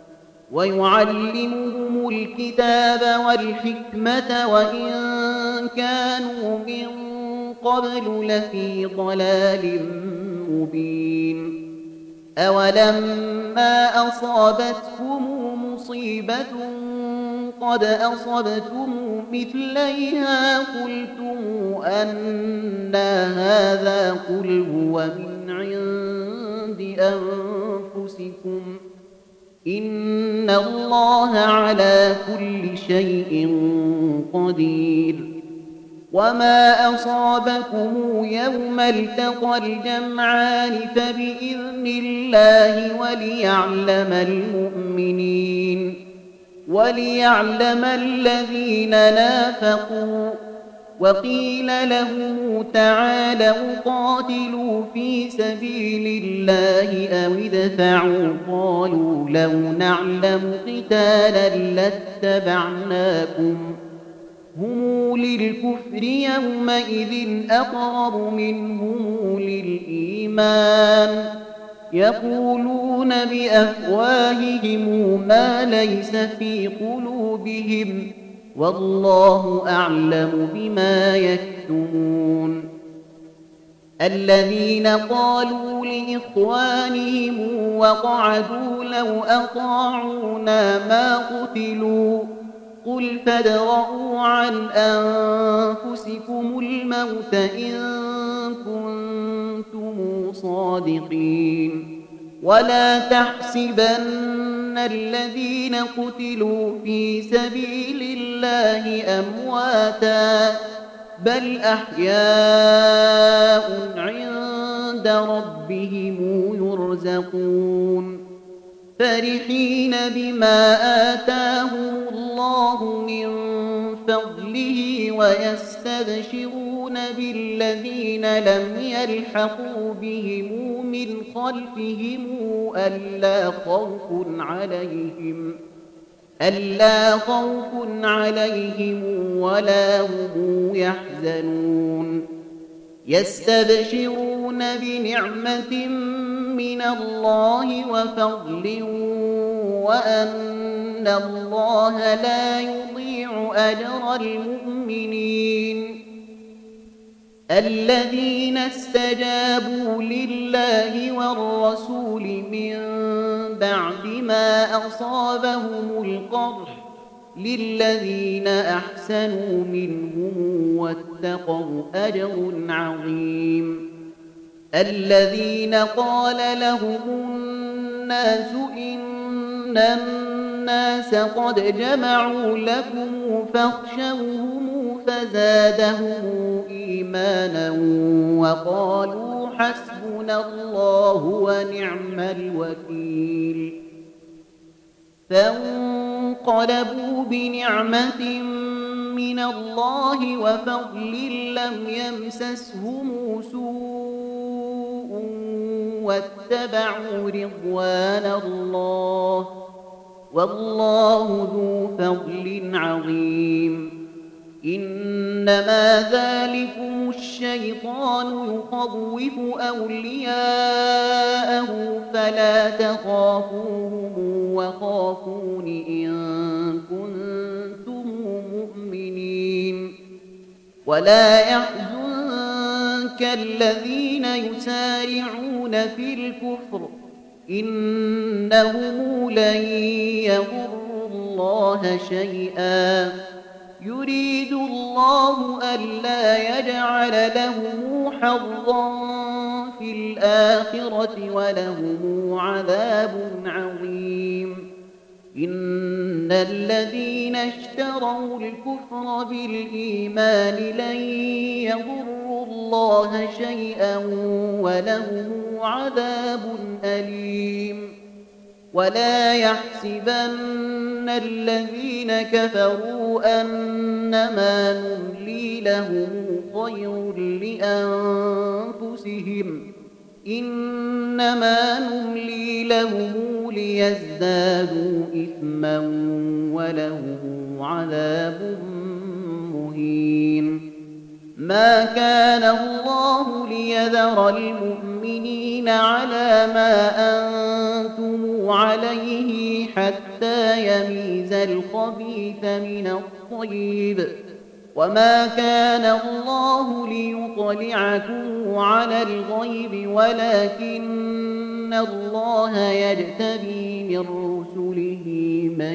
B: ويعلمهم الكتاب والحكمة وإن كانوا من قبل لفي ضلال مبين. أولما أصابتكم مصيبة قد أصبتم مثليها قلتم أنى هذا قل هو من عند أنفسكم إن الله على كل شيء قدير. وما أصابكم يوم التقى الجمعان فبإذن الله وليعلم المؤمنين وليعلم الذين نافقوا. وقيل لهم تعالوا قاتلوا في سبيل الله أو ادفعوا قالوا لو نعلم قتالا لاتبعناكم هم للكفر يومئذ أقرب منهم للإيمان يقولون بأفواههم ما ليس في قلوبهم والله أعلم بما يكتمون. الذين قالوا لإخوانهم وقعدوا لو أطاعونا ما قتلوا قل فادرءوا عن أنفسكم الموت إن كنتم صادقين. ولا تحسبن الذين قتلوا في سبيل الله أمواتا بل أحياء عند ربهم يرزقون فرحين بما آتاهم الله من فضله ويستبشرون بالذين لم يلحقوا بهم من خلفهم ألا خوف عليهم ألا خوف عليهم ولا هم يحزنون. يستبشرون بنعمة من الله وفضل وأن الله لا يضيع أجر المؤمنين. الذين استجابوا لله والرسول من بعد ما أصابهم القرح للذين أحسنوا منهم واتقوا أجر عظيم. الذين قال لهم الناس إن الناس قد جمعوا لكم فاخشوهم فزادهم إيمانا وقالوا حسبنا الله ونعم الوكيل. فانقلبوا بنعمة من الله وفضل لم يمسسهم سوء واتبعوا رضوان الله والله ذو فضل عظيم. إنما ذلكم الشيطان يخوف أولياءه فلا تخافوهم وخافون إن كنتم مؤمنين. ولا يحزنك الذين يسارعون في الكفر إنهم لن يضروا الله شيئا يريد الله ألا يجعل لهم حظا في الآخرة ولهم عذاب عظيم. إن الذين اشتروا الكفر بالإيمان لن يضروا الله شيئا ولهم عذاب أليم. ولا يحسبن الذين كفروا أنما نملي لهم خير لأنفسهم إنما نملي لهم ليزدادوا إثما ولهم عذاب مهين. ما كان الله ليذر المؤمنين على ما أنتم عليه حتى يميز الخبيث من الطيب وما كان الله ليطلعكم على الغيب ولكن الله يجتبي من رسله من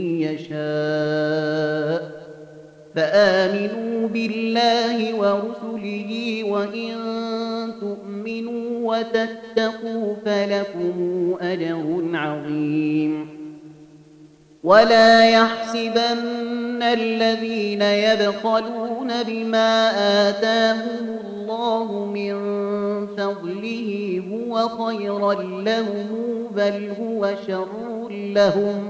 B: يشاء فآمنوا بالله ورسله وإن تؤمنوا وتتقوا فلكم أجر عظيم. ولا يحسبن الذين يبخلون بما آتاهم الله من فضله هو خيرا لهم بل هو شر لهم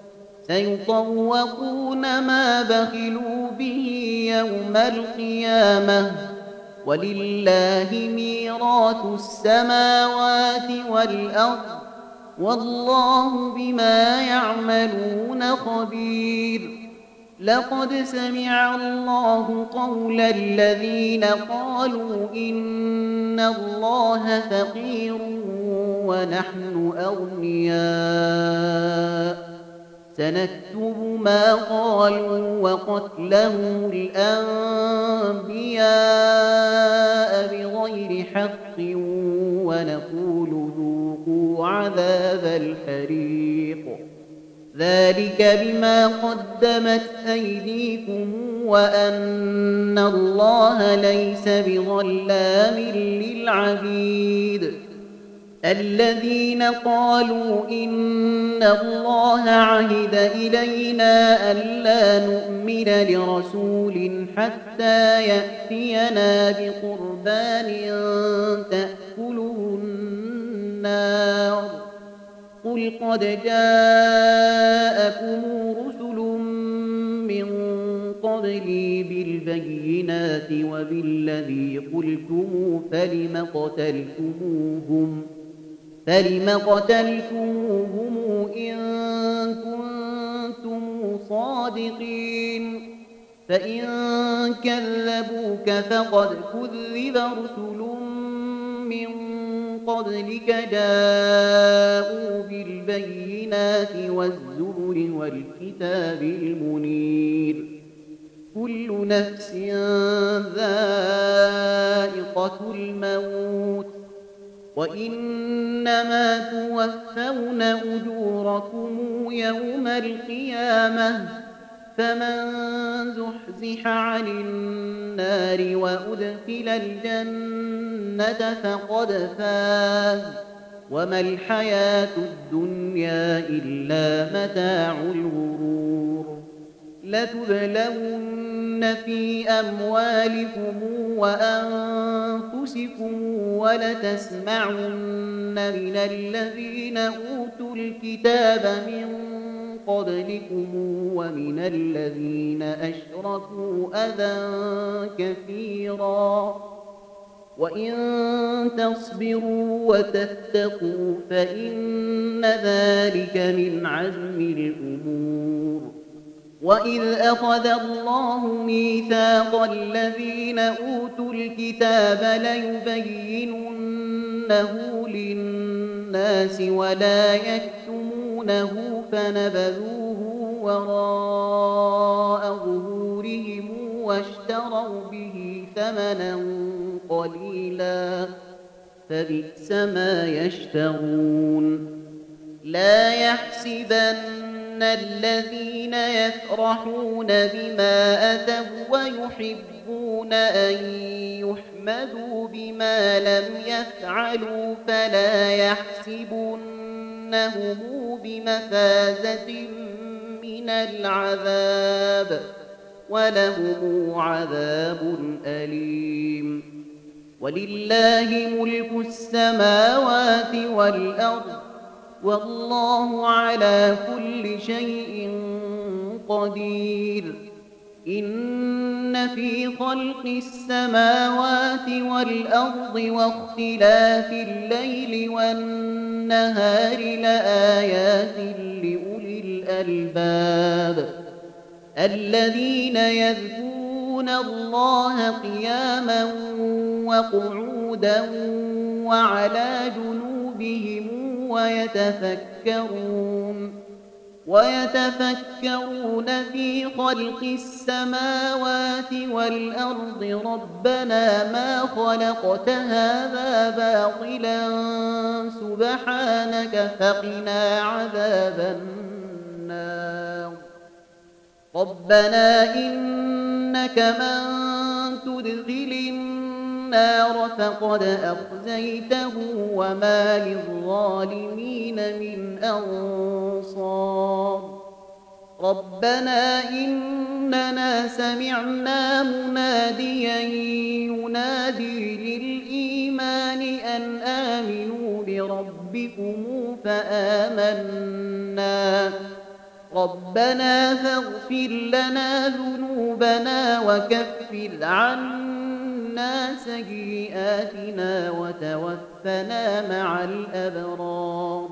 B: سيطوقون ما بخلوا به يوم القيامة ولله ميراث السماوات والأرض والله بما يعملون خبير. لقد سمع الله قول الذين قالوا إن الله فقير ونحن أغنياء سنكتب ما قالوا وقتلهم الأنبياء بغير حق ونقول ذوقوا عذاب الحريق ذلك بما قدمت أيديكم وأن الله ليس بظلام للعبيد الذين قالوا إن الله عهد إلينا ألا نؤمن لرسول حتى يأتينا بقربان تأكله النار قل قد جاءكم رسل من قبلي بالبينات وبالذي قلتم فلم قتلتموهم فلم قتلتموهم إن كنتم صادقين فإن كذبوك فقد كذب رسل من قبلك جاءوا بالبينات والزبر والكتاب المنير كل نفس ذائقة الموت وإنما توفون أجوركم يوم القيامة فمن زحزح عن النار وأدخل الجنة فقد فاز وما الحياة الدنيا إلا متاع الغرور لتبلون في أموالكم وأنفسكم ولتسمعن من الذين أوتوا الكتاب من قبلكم ومن الذين أشركوا أذى كثيرا وإن تصبروا وتتقوا فإن ذلك من عزم الأمور وإذ أخذ الله ميثاق الذين أوتوا الكتاب ليبيننه للناس ولا يكتمونه فنبذوه وراء ظهورهم واشتروا به ثمنا قليلا فبئس ما يشترون لا يحسبن الذين يفرحون بما أتوا ويحبون أن يحمدوا بما لم يفعلوا فلا يحسبنهم بمفازة من العذاب ولهم عذاب أليم ولله ملك السماوات والأرض والله على كل شيء قدير إن في خلق السماوات والأرض واختلاف الليل والنهار لآيات لأولي الألباب الذين يذكرون الله قياما وقعودا وعلى جنوبهم ويتفكرون ويتفكرون في خلق السماوات والأرض ربنا ما خلقت هذا باطلا سبحانك فقنا عذاب النار ربنا إنك من تدخل النار فقد أخزيته وما للظالمين من أنصار ربنا إننا سمعنا مناديا ينادي للإيمان أن آمنوا بربكم فآمنا ربنا فاغفر لنا ذنوبنا وكفر عنا سيئاتنا وتوفنا مع الأبرار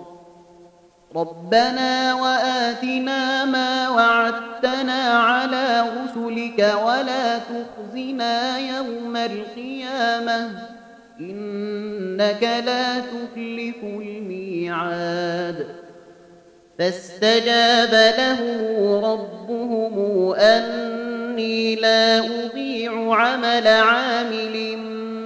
B: ربنا وآتنا ما وعدتنا على رسلك ولا تخزنا يوم القيامة إنك لا تخلف الميعاد فاستجاب له ربهم أني لا أضيع عمل عامل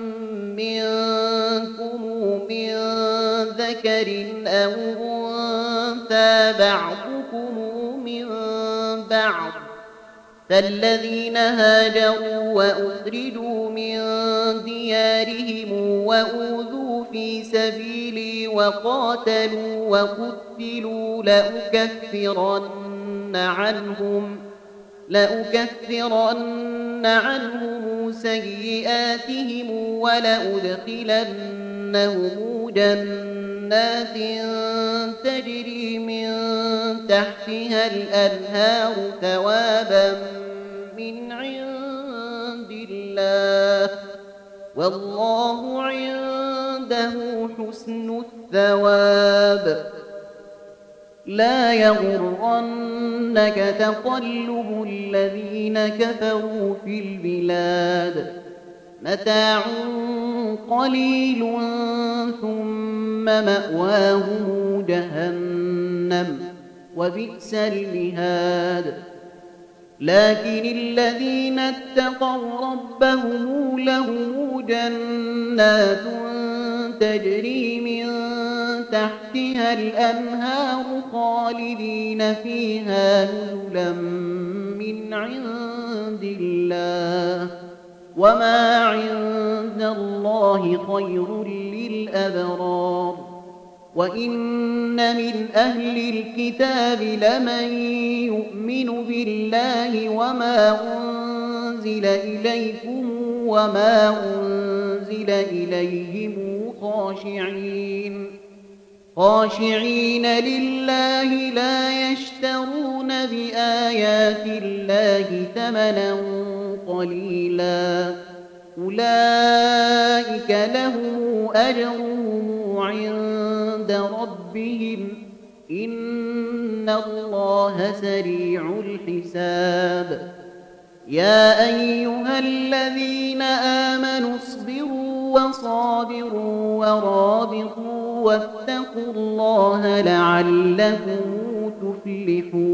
B: منكم من ذكر أو أنثى بعضكم من بعض فالذين هاجروا وأخرجوا من ديارهم وأوذوا في سبيلي وقاتلوا وقتلوا لأكفرن عنهم لأكفرن عنهم سيئاتهم ولأدخلنهم جنات تجري من تحتها الأنهار ثوابا من عند الله والله عنده حسن الثواب لا يغرنك تقلب الذين كفروا في البلاد متاع قليل ثم مأواهم جهنم وبئس المهاد لكن الذين اتقوا ربهم لهم جنات تجري من تحتها الأنهار خالدين فيها نزلا من عند الله وما عند الله خير للأبرار وإن من أهل الكتاب لمن يؤمن بالله وما أنزل إليكم وما أنزل إليهم خاشعين خاشعين لله لا يشترون بآيات الله ثمنا قليلا أولئك لهم أجرهم عند ربهم إن الله سريع الحساب يا أيها الذين آمنوا اصبروا وصابروا ورابطوا واتقوا الله لعلكم تفلحون